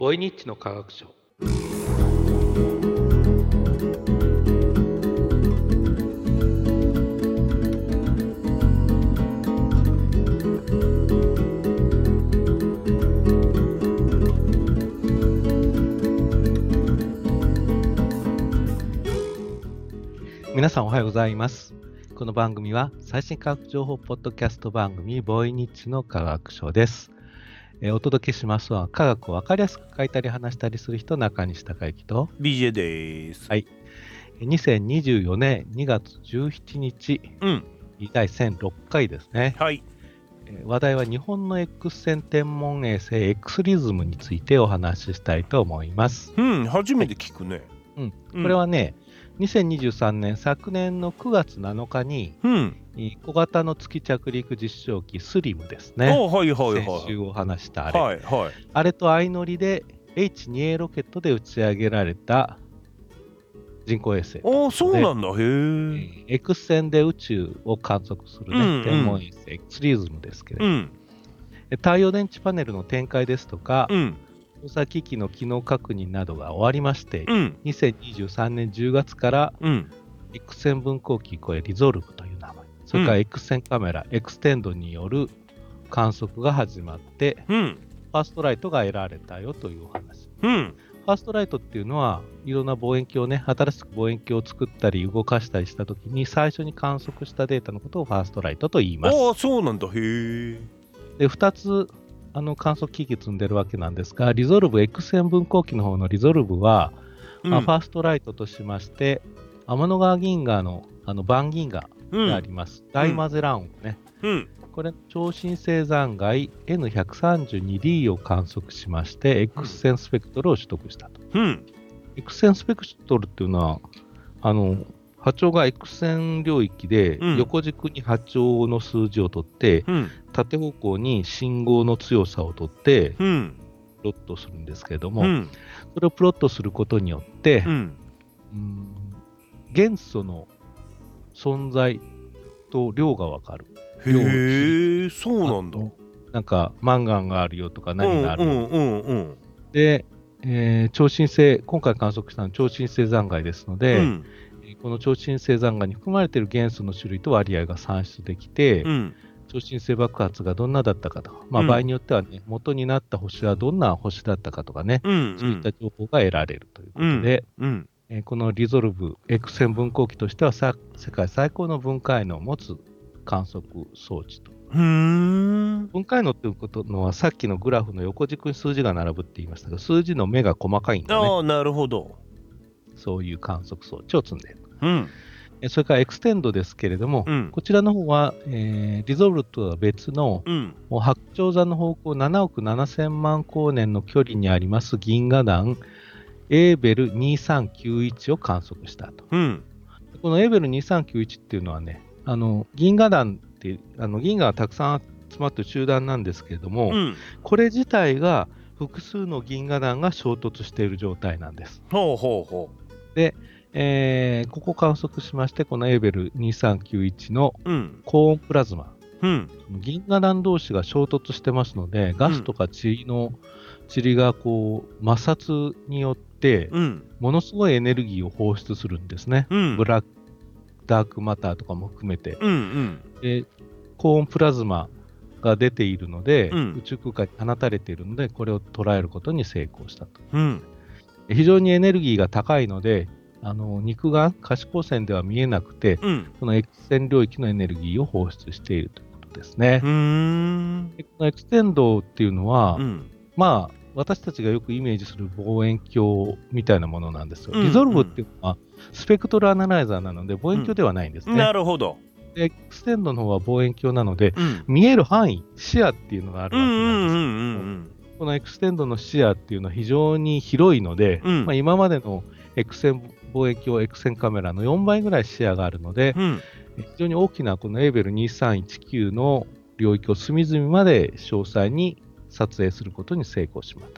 ボイニッチの科学書。皆さんおはようございます。この番組は最新科学情報ポッドキャスト番組ボイニッチの科学書です。お届けしますは科学を分かりやすく書いたり話したりする人、中西孝之と BJ です。 はい。2024年2月17日、第1006回ですね。 はい。 話題は日本の X 線天文衛星 X リズムについてお話ししたいと思います。 初めて聞くね。 これはね、2023年昨年の9月7日に、小型の月着陸実証機スリムですね。先週お話したあれ。あれと相乗りで H2A ロケットで打ち上げられた人工衛星。 そうなんだ。へえ。 X 線で宇宙を観測するね、天文衛星 X リズムですけれども、太陽電池パネルの展開ですとか、操作機器の機能確認などが終わりまして、2023年10月から、X 線分光器、これリゾルブという名前、それから X 線カメラ、エクステンドによる観測が始まって、ファーストライトが得られたよというお話。ファーストライトっていうのは、いろんな望遠鏡をね、新しく望遠鏡を作ったり動かしたりしたときに、最初に観測したデータのことをファーストライトと言います。 そうなんだ。へえ。 で、2つ観測機器積んでるわけなんですが、リゾルブ X 線分光器の方のリゾルブは、ファーストライトとしまして、天の川銀河のバン銀河であります、大マゼランをね、これ超新星残骸 N132D を観測しまして、X 線スペクトルを取得したと。X 線スペクトルっていうのは、波長が X 線領域で横軸に波長の数字を取って、縦方向に信号の強さを取って、プロットするんですけれども、それをプロットすることによって、元素の存在と量がわかる。 へえ、そうなんだ。 なんかマンガンがあるよとか何があるよ。で、超新星、今回観測したのは超新星残骸ですので、この超新星残骸に含まれている元素の種類と割合が算出できて、超新星爆発がどんなだったかとか、場合によってはね、元になった星はどんな星だったかとかね、そういった情報が得られるということで、このリゾルブ X 線分光器としては世界最高の分解能を持つ観測装置と。分解能っていうことのは、さっきのグラフの横軸に数字が並ぶって言いましたが、数字の目が細かいんだね。 なるほど。そういう観測装置を積んでいる。それからエクステンドですけれども、こちらの方は、リゾルブとは別の、白鳥座の方向7億7000万光年の距離にあります銀河団エーベル2391を観測したと。このエーベル2391っていうのはね、銀河団って銀河がたくさん集まっている集団なんですけれども、これ自体が複数の銀河団が衝突している状態なんです。で、ここを観測しまして、このエーベル2391の高温プラズマ、銀河団同士が衝突してますので、ガスとか塵がこう摩擦によって、ものすごいエネルギーを放出するんですね。ブラックダークマターとかも含めて、で高温プラズマが出ているので、宇宙空間に放たれているので、これを捉えることに成功したと。非常にエネルギーが高いので、肉眼可視光線では見えなくて、この X 線領域のエネルギーを放出しているということですね。でこのエクステンドっていうのは、私たちがよくイメージする望遠鏡みたいなものなんですよ。リゾルブっていうのはスペクトルアナライザーなので望遠鏡ではないんですね。 なるほど。 でエクステンドの方は望遠鏡なので、見える範囲、視野っていうのがあるわけなんですけど、このエクステンドの視野っていうのは非常に広いので、今までの X 線望遠鏡、X 線カメラの4倍ぐらい視野があるので、非常に大きなこのエーベル2319の領域を隅々まで詳細に撮影することに成功しました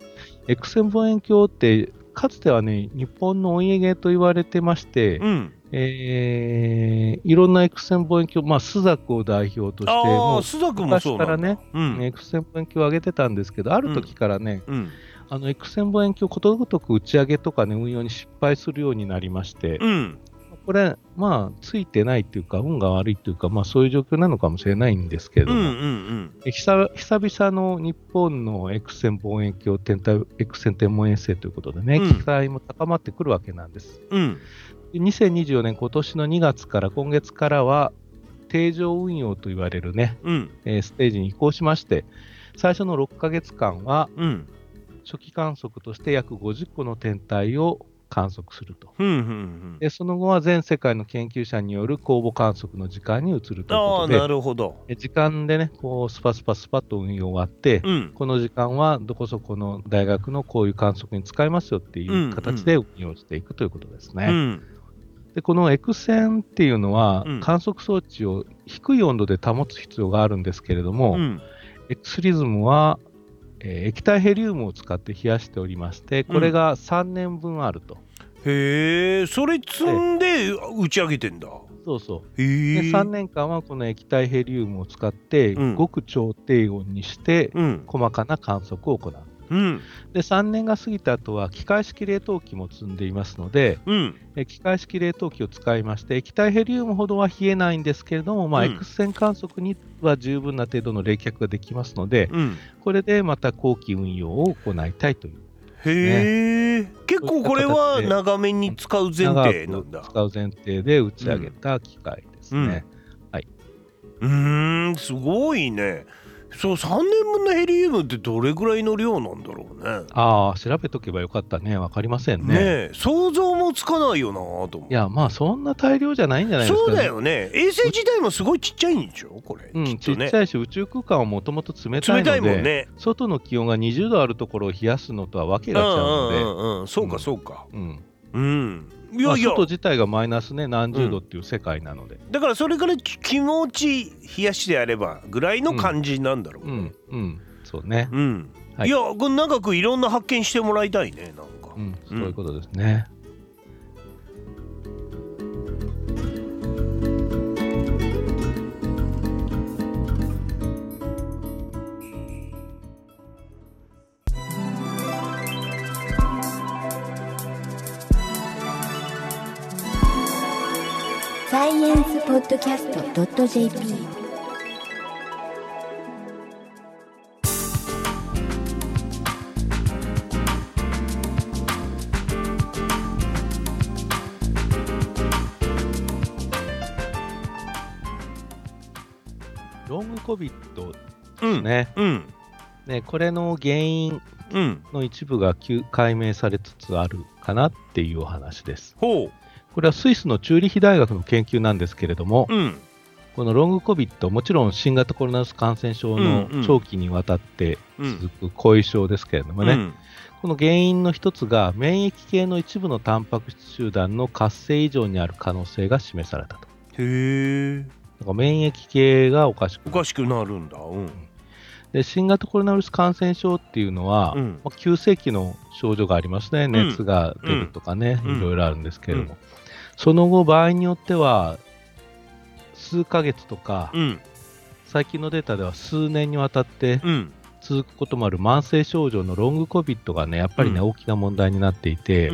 。X 線望遠鏡ってかつてはね、日本のお家芸と言われてまして、 いろんな X 線望遠鏡、スザクを代表として、もうスザクもそうなんだ。 昔からね、X 線望遠鏡を上げてたんですけど、ある時からね、X 線望遠鏡をことごとく打ち上げとかね、運用に失敗するようになりまして、これ、ついてないっていうか、運が悪いっていうか、そういう状況なのかもしれないんですけれども、久々の日本の X 線望遠鏡X 線天文衛星ということでね、期待も高まってくるわけなんです。2024年、今年の2月から今月からは、定常運用と言われるね、ステージに移行しまして、最初の6ヶ月間は、初期観測として約50個の天体を観測すると。でその後は全世界の研究者による公募観測の時間に移るということで、 なるほど。 時間でね、こうスパスパと運用があって、この時間はどこそこの大学のこういう観測に使いますよっていう形で運用していくということですね。でこの X 線っていうのは、観測装置を低い温度で保つ必要があるんですけれども、X リズムは液体ヘリウムを使って冷やしておりまして、これが3年分あると。 へえ、それ積んで打ち上げてんだ。 そうそう。で3年間はこの液体ヘリウムを使って、ごく超低温にして、細かな観測を行う。で3年が過ぎた後は機械式冷凍機も積んでいますので、機械式冷凍機を使いまして、液体ヘリウムほどは冷えないんですけれども、X 線観測には十分な程度の冷却ができますので、これでまた後期運用を行いたいという。 へえ、結構これは長めに使う前提なんだ。 使う前提で打ち上げた機械ですね。 すごいね。そう、3年分のヘリウムってどれぐらいの量なんだろうね。 調べとけばよかったね。わかりませんね。 想像もつかないよなと思う。 いや、そんな大量じゃないんじゃないですかね。 そうだよね。衛星自体もすごいちっちゃいんでしょこれ。 ちっちゃいし、宇宙空間はもともと冷たいので、 もんね、 外の気温が20度あるところを冷やすのとはわけが違うので。 そうかそうか。 いや外自体がマイナスね、何十度っていう世界なので、 だからそれから気持ち冷やしてやればぐらいの感じなんだろうね。 そうね。 いや、これ長くいろんな発見してもらいたいね、なんか。 そういうことですね。 サイエンスポッドキャスト .jp。 ロングコビットですね。これの原因の一部が解明されつつあるかなっていうお話です。これはスイスのチューリヒ大学の研究なんですけれども、このロングコビット、もちろん新型コロナウイルス感染症の長期にわたって続く後遺症ですけれどもね、この原因の一つが免疫系の一部のタンパク質集団の活性異常にある可能性が示されたと。 へー。免疫系がおかしくなるんだ。 で新型コロナウイルス感染症っていうのは、急性期の症状がありますね。熱が出るとかね、いろいろあるんですけれども、その後場合によっては数ヶ月とか、最近のデータでは数年にわたって続くこともある慢性症状のロングコビットがね、やっぱりね、大きな問題になっていて、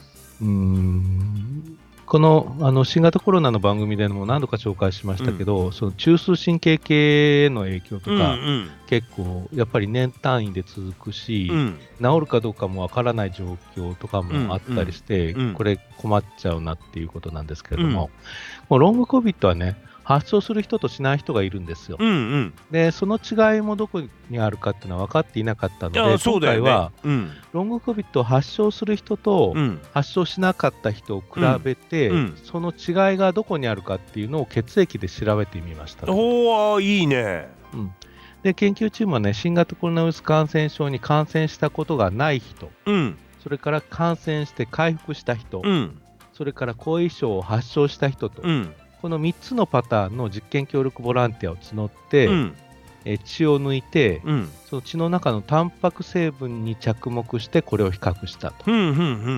この新型コロナの番組でも何度か紹介しましたけど、その中枢神経系への影響とか、結構やっぱり年単位で続くし、治るかどうかもわからない状況とかもあったりして、これ困っちゃうなっていうことなんですけれども、ロングコビットはね、発症する人としない人がいるんですよ。でその違いもどこにあるかっていうのは分かっていなかったので、今回は、ロングコビットを発症する人と発症しなかった人を比べて、その違いがどこにあるかっていうのを血液で調べてみました。 いいね。 で研究チームはね、新型コロナウイルス感染症に感染したことがない人、それから感染して回復した人、それから後遺症を発症した人と、この3つのパターンの実験協力ボランティアを募って、血を抜いて、その血の中のタンパク成分に着目してこれを比較したと。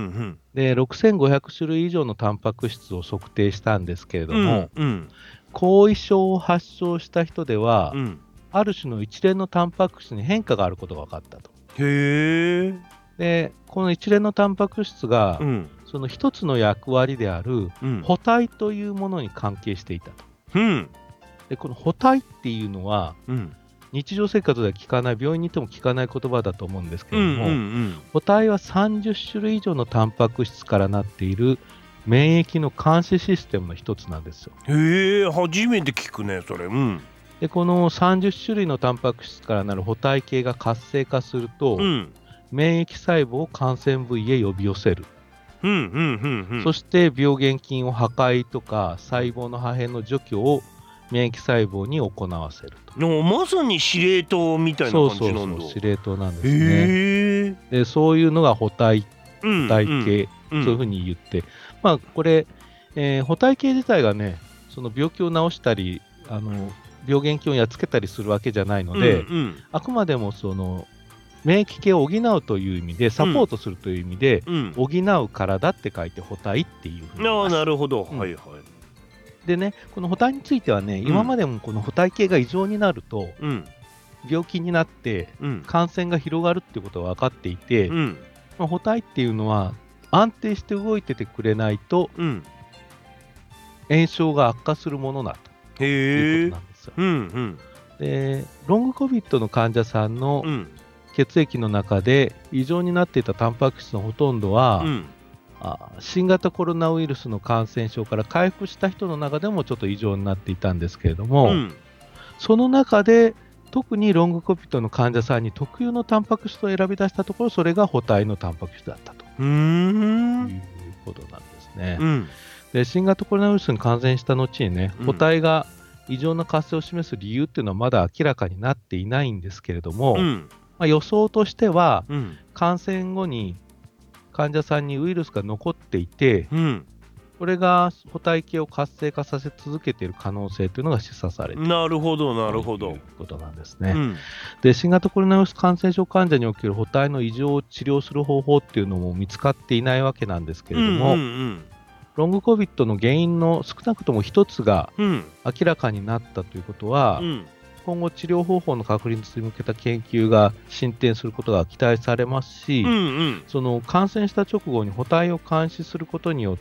で6500種類以上のタンパク質を測定したんですけれども、後遺症を発症した人では、ある種の一連のタンパク質に変化があることが分かったと。 へー。でこの一連のタンパク質が、その一つの役割である補体というものに関係していたと。でこの補体っていうのは、日常生活では聞かない、病院に行っても聞かない言葉だと思うんですけれども、補体は30種類以上のタンパク質からなっている免疫の監視システムの一つなんですよ。 へえ、初めて聞くねそれ。 でこの30種類のタンパク質からなる補体系が活性化すると、免疫細胞を感染部位へ呼び寄せる。そして病原菌を破壊とか細胞の破片の除去を免疫細胞に行わせると。 まさに司令塔みたいな感じなんだ。 司令塔なんですね。でそういうのが補体系、そういうふうに言って、これ、補体系自体がね、その病気を治したり病原菌をやっつけたりするわけじゃないので、あくまでもその免疫系を補うという意味で、サポートするという意味で、補う体って書いて補体っていうふうに言います。 なるほど、はいはい。 でね、この補体についてはね、今までもこの補体系が異常になると、病気になって感染が広がるっていうことが分かっていて、補体っていうのは安定して動いててくれないと、炎症が悪化するものだということなんですよ。でロングコビッドの患者さんの血液の中で異常になっていたタンパク質のほとんどは、新型コロナウイルスの感染症から回復した人の中でもちょっと異常になっていたんですけれども、その中で特にロングコビッドの患者さんに特有のタンパク質を選び出したところ、それが補体のタンパク質だったということなんですね。で新型コロナウイルスに感染した後にね、補体が異常な活性を示す理由っていうのはまだ明らかになっていないんですけれども、予想としては、感染後に患者さんにウイルスが残っていて、これが補体系を活性化させ続けている可能性というのが示唆されている。 なるほどなるほど。 ということなんですね。で新型コロナウイルス感染症患者における補体の異常を治療する方法っていうのも見つかっていないわけなんですけれども、ロングコビッドの原因の少なくとも一つが明らかになったということは、今後治療方法の確立に向けた研究が進展することが期待されますし、その感染した直後に補体を監視することによって、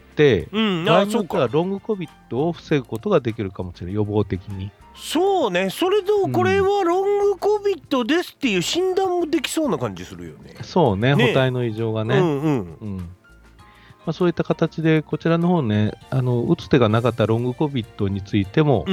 場合によってはロングコビッドを防ぐことができるかもしれない、予防的に。 そうね、それとこれはロングコビッドですっていう診断もできそうな感じするよね。 そうね、補体の異常がね。そういった形でこちらの方ね、打つ手がなかったロングコビッドについても、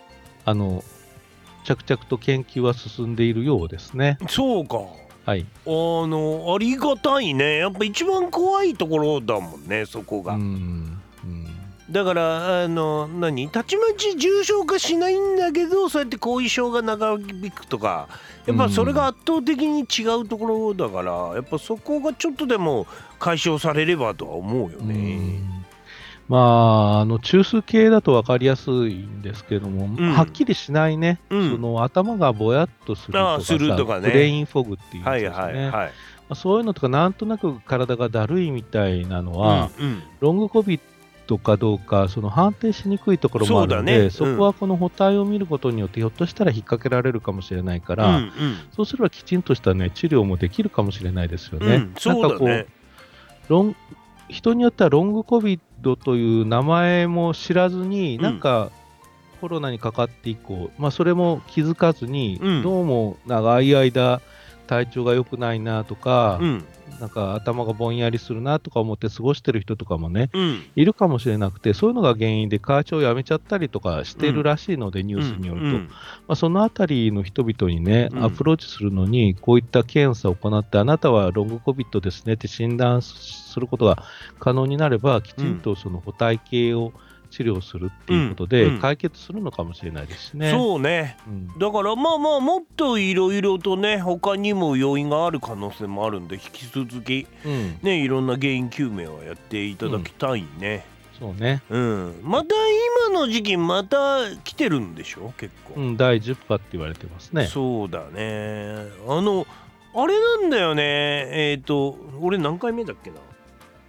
着々と研究は進んでいるようですね。 そうか。はい。ありがたいね。やっぱ一番怖いところだもんね、そこが。だからたちまち重症化しないんだけど、そうやって後遺症が長引くとか、やっぱそれが圧倒的に違うところだから、やっぱそこがちょっとでも解消されればとは思うよね。 中枢系だと分かりやすいんですけども、はっきりしないね、その頭がぼやっとするとか、ブレインフォグっていうんですね。そういうのとか、なんとなく体がだるいみたいなのは、ロングコビッドかどうかその判定しにくいところもあるので、そこはこの補体を見ることによってひょっとしたら引っ掛けられるかもしれないから、そうすればきちんとしたね治療もできるかもしれないですよね。なんかこう人によってはロングコビッドという名前も知らずに、なんかコロナにかかって以降、それも気づかずに、どうも長い間体調が良くないなとか、なんか頭がぼんやりするなとか思って過ごしてる人とかもね、いるかもしれなくて、そういうのが原因で会長を辞めちゃったりとかしてるらしいので、ニュースによると、そのあたりの人々にね、アプローチするのにこういった検査を行って、あなたはロングコビッドですねって診断することが可能になれば、きちんとその補体系を治療するっていうことで解決するのかもしれないですね。 そうね、だからもっといろいろとね、他にも要因がある可能性もあるんで、引き続き、いろんな原因究明はやっていただきたいね。 そうね、 また今の時期また来てるんでしょ、結構。 第10波って言われてますね。 そうだね。あれなんだよね、俺何回目だっけな、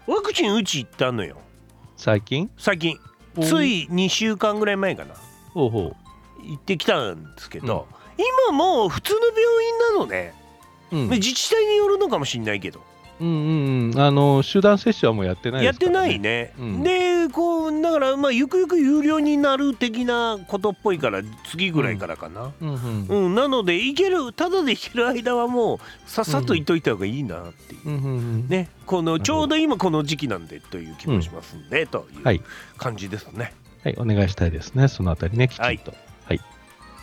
ワクチン打ち行ったのよ。 最近つい2週間ぐらい前かな。行ってきたんですけど、今もう普通の病院なのね、自治体によるのかもしれないけど、 集団接種はもうやってないですからね。 やってないね、でこうだからゆくゆく有料になる的なことっぽいから、次ぐらいからかな。なのでただで行ける間はもうさっさと行っといた方がいいなっていうね、このちょうど今この時期なんでという気もしますんで、という感じですね。 はい、お願いしたいですね、そのあたりね、きちんと。はい。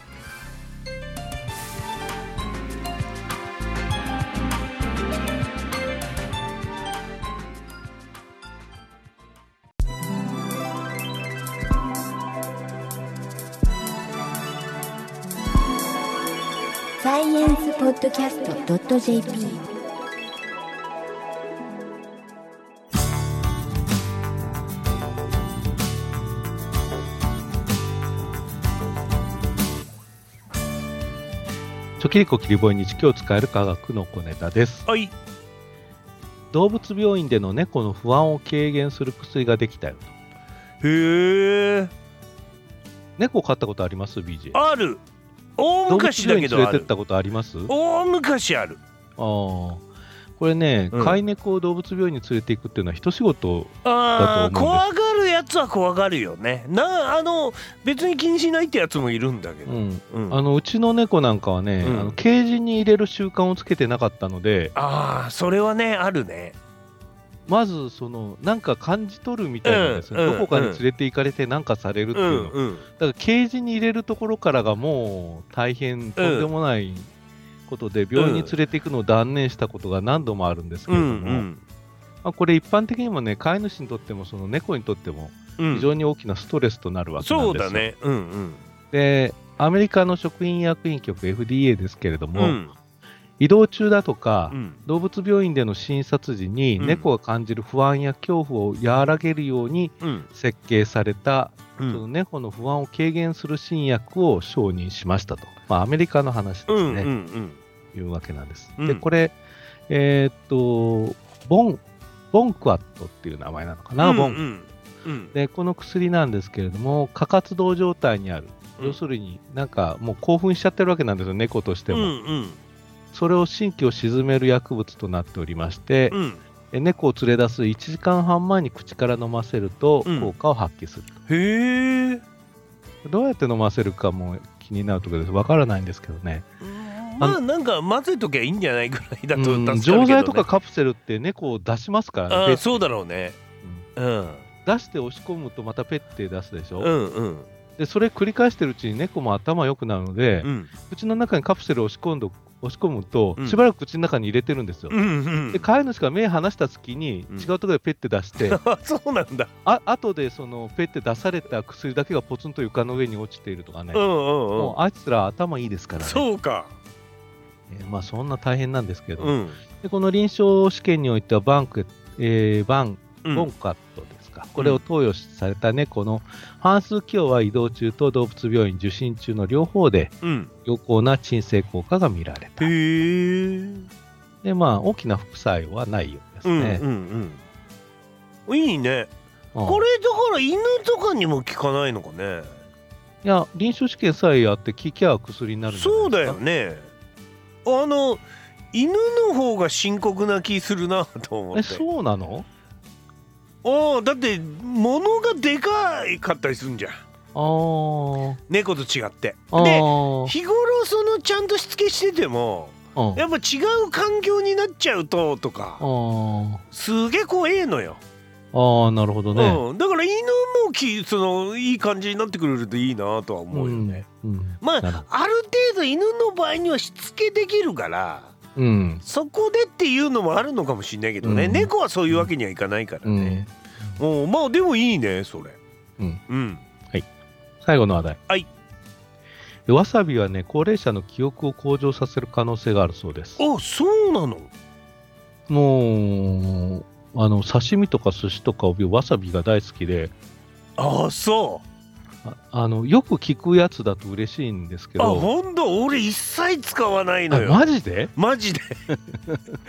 サイエンスポッドキャスト .jp。 チョキリコキリボイ日記を使える科学の小ネタです。 はい。 動物病院での猫の不安を軽減する薬ができたよと。へえ。 猫飼ったことあります BJ？ ある。大昔だけどある。 動物病院に連れてったことあります？ 大昔ある。 これね、飼い猫を動物病院に連れていくっていうのは一仕事だと思うんです。 怖がるやつは怖がるよね。別に気にしないってやつもいるんだけど、 うちの猫なんかはね、ケージに入れる習慣をつけてなかったので、 それはねあるね。 まずなんか感じ取るみたいなですね、どこかに連れて行かれてなんかされるっていうの、だからケージに入れるところからがもう大変とんでもないことで、病院に連れて行くのを断念したことが何度もあるんですけれども、これ一般的にもね、飼い主にとっても猫にとっても非常に大きなストレスとなるわけなんですよ。 そうだね。 で、アメリカの食品医薬品局 FDA ですけれども、移動中だとか、動物病院での診察時に猫が感じる不安や恐怖を和らげるように設計された、猫の不安を軽減する新薬を承認しましたと、アメリカの話ですね、いうわけなんです。で、これ、ボンクワットっていう名前なのかな、で、この薬なんですけれども、過活動状態にある、要するになんかもう興奮しちゃってるわけなんですよ、猫としても。それを神経を鎮める薬物となっておりまして、猫を連れ出す1時間半前に口から飲ませると効果を発揮すると。 へえ。 どうやって飲ませるかも気になるところです。わからないんですけどね。 なんか混ぜときゃいいんじゃないぐらいだと助かるけどね。 錠剤とかカプセルって猫を出しますからね。 そうだろうね。 出して押し込むとまたペッて出すでしょ。でそれ繰り返してるうちに猫も頭良くなるので、口の中にカプセルを押し込むと、しばらく口の中に入れてるんですよ。で飼い主が目離した隙に違うところでペッて出して、 そうなんだ。 後でペッて出された薬だけがポツンと床の上に落ちているとかね。もうあいつら頭いいですからね。 そうか。 そんな大変なんですけど、でこの臨床試験においてはボンカットですか、これを投与された猫の半数強は移動中と動物病院受診中の両方で良好な鎮静効果が見られた。で大きな副作用はないようですね。 いいね。これだから犬とかにも効かないのかね。 いや、臨床試験さえやって効きゃ薬になるんじゃないですか。 そうだよね。犬の方が深刻な気するなと思って。 そうなの？ だって物がでかかったりするんじゃん。猫と違って。で日頃ちゃんとしつけしててもやっぱ違う環境になっちゃうとかすげえ怖えのよ。 なるほどね。 だから犬もいい感じになってくれるといいなとは思うよね。ある程度犬の場合にはしつけできるから、そこでっていうのもあるのかもしれないけどね、猫はそういうわけにはいかないからね。でもいいねそれ。 はい。最後の話題。はい。わさびはね、高齢者の記憶を向上させる可能性があるそうです。 そうなの？ もう刺身とか寿司とかわさびが大好きで。よく聞くやつだと嬉しいんですけど。 ほんと？俺一切使わないのよ。 マジで？ マジで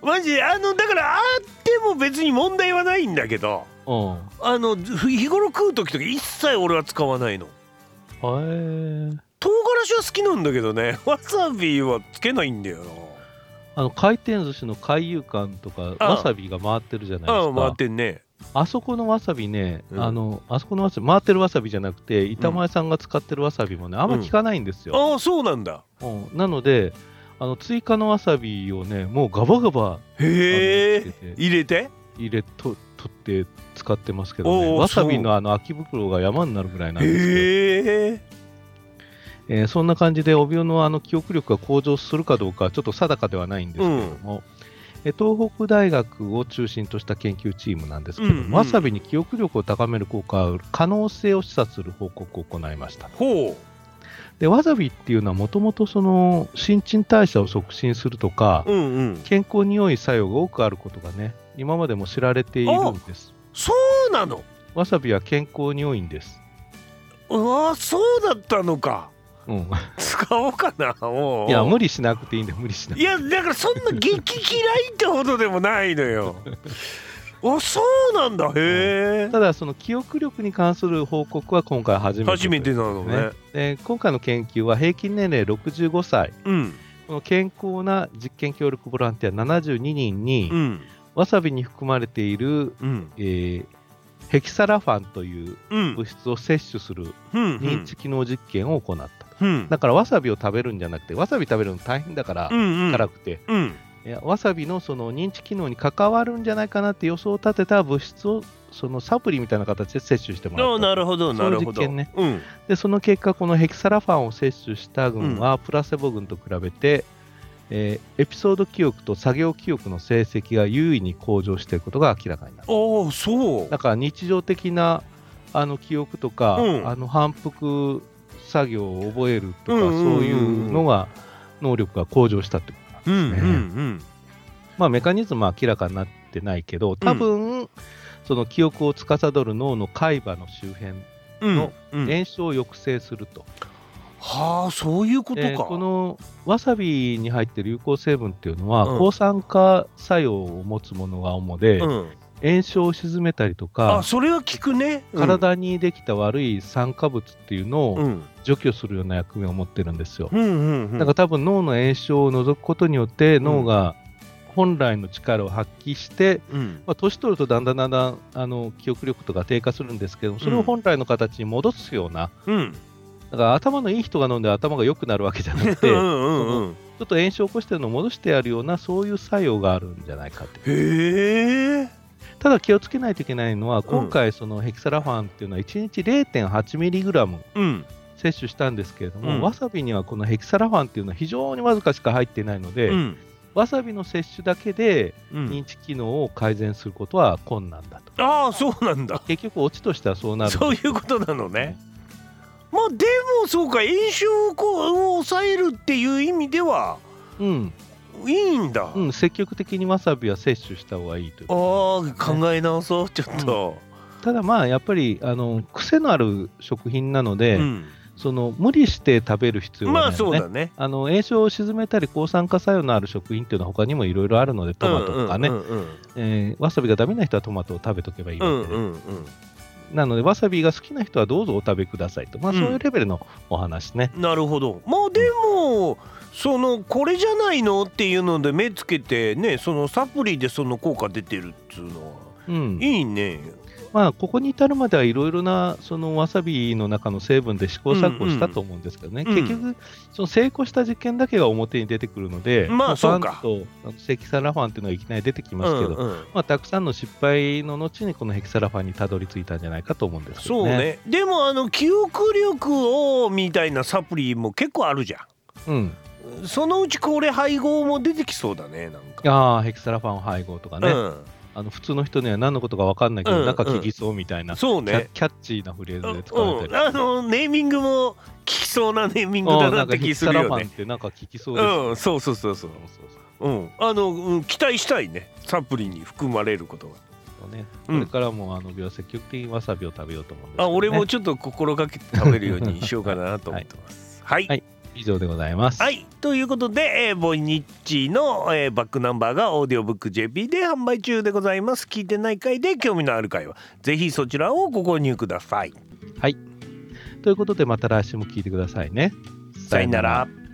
マジだからあっても別に問題はないんだけど、日頃食う時とか一切俺は使わないの。唐辛子は好きなんだけどね、わさびはつけないんだよな。回転寿司の海遊館とかわさびが回ってるじゃないですか。 回ってんね。 あそこのわさびね、あそこのわさび回ってるわさびじゃなくて板前さんが使ってるわさびもね、あんま効かないんですよ。 ああ、そうなんだ。 なので追加のわさびをね、もうガバガバ入れて取って使ってますけどね。わさびの空き袋が山になるぐらいなんですけど、そんな感じで帯広の記憶力が向上するかどうかはちょっと定かではないんですけれども、東北大学を中心とした研究チームなんですけども、わさびに記憶力を高める効果がある可能性を示唆する報告を行いました。でわさびっていうのはもともと新陳代謝を促進するとか、健康に良い作用が多くあることがね、今までも知られているんです。 そうなの？ わさびは健康に良いんです。 そうだったのか。使おうかな。 いや、無理しなくていいんだよ、無理しなくて。 いや、だからそんな激嫌いってほどでもないのよ。そうなんだ。 ただその記憶力に関する報告は今回初めてなのね。 で今回の研究は平均年齢65歳、この健康な実験協力ボランティア72人に、わさびに含まれている、ヘキサラファンという物質を摂取する認知機能実験を行った。だからわさびを食べるんじゃなくて、わさび食べるの大変だから辛くて、わさびのその認知機能に関わるんじゃないかなって予想を立てた物質をそのサプリみたいな形で摂取してもらった。 なるほどなるほど。 そういう実験ね。でその結果、このヘキサラファンを摂取した群はプラセボ群と比べて、エピソード記憶と作業記憶の成績が優位に向上していることが明らかになった。 そうだから日常的な記憶とか、反復作業を覚えるとか、そういうのが能力が向上したってことなんですね。まあメカニズムは明らかになってないけど、多分、その記憶を司る脳の海馬の周辺の炎症を抑制すると。 そういうことか。 このわさびに入っている有効成分っていうのは、抗酸化作用を持つものが主で、炎症を鎮めたりとか、 それは効くね。 体にできた悪い酸化物っていうのを除去するような役目を持ってるんですよ。だから多分脳の炎症を除くことによって脳が本来の力を発揮して、年取るとだんだん記憶力とか低下するんですけど、それを本来の形に戻すような、だから頭のいい人が飲んで頭が良くなるわけじゃなくて、ちょっと炎症を起こしてるのを戻してやるような、そういう作用があるんじゃないかと。ただ気をつけないといけないのは、今回そのヘキサラファンっていうのは1日 0.8mg 摂取したんですけれども、わさびにはこのヘキサラファンっていうのは非常にわずかしか入っていないので、わさびの摂取だけで認知機能を改善することは困難だと。 そうなんだ。 結局オチとしてはそうなる。 そういうことなのね。でもそうか、炎症を抑えるっていう意味ではいいんだ。 積極的にわさびは摂取した方がいいという、 考え直そうちょっと。 ただやっぱり癖のある食品なので、無理して食べる必要はない、 そうだね。 炎症を鎮めたり抗酸化作用のある食品っていうのは他にもいろいろあるので、トマトとかね、わさびがダメな人はトマトを食べとけばいいわけで、なのでわさびが好きな人はどうぞお食べくださいと、そういうレベルのお話ね。 なるほど。でもこれじゃないのっていうので目つけてね、そのサプリでその効果出てるっていうのは、いいね。 ここに至るまではいろいろなそのわさびの中の成分で試行錯誤したと思うんですけどね、結局その成功した実験だけが表に出てくるので、 そうか、 ヘキサラファンっていうのがいきなり出てきますけど、たくさんの失敗の後にこのヘキサラファンにたどり着いたんじゃないかと思うんですけどね。 そうね。でも記憶力をみたいなサプリも結構あるじゃん。そのうちこれ配合も出てきそうだね。なんかヘキサラファン配合とかね、普通の人には何のことか分かんないけど、なんか効きそうみたいな、 そうね、 キャッチーなフレーズで使われてる、 ネーミングも効きそうなネーミングだなって気するよね。 ヘキサラファンってなんか効きそうですよね。 そう期待したいね、サプリに含まれることが。 これからも積極的にわさびを食べようと思うんですけどね。 俺もちょっと心がけて食べるようにしようかなと思ってます。はい、 以上でございます。 はい、ということで、ボイニッチの、バックナンバーがオーディオブック JP で販売中でございます。聞いてない回で興味のある回はぜひそちらをご購入ください。 はい、ということでまた来週も聞いてくださいね。 さよなら。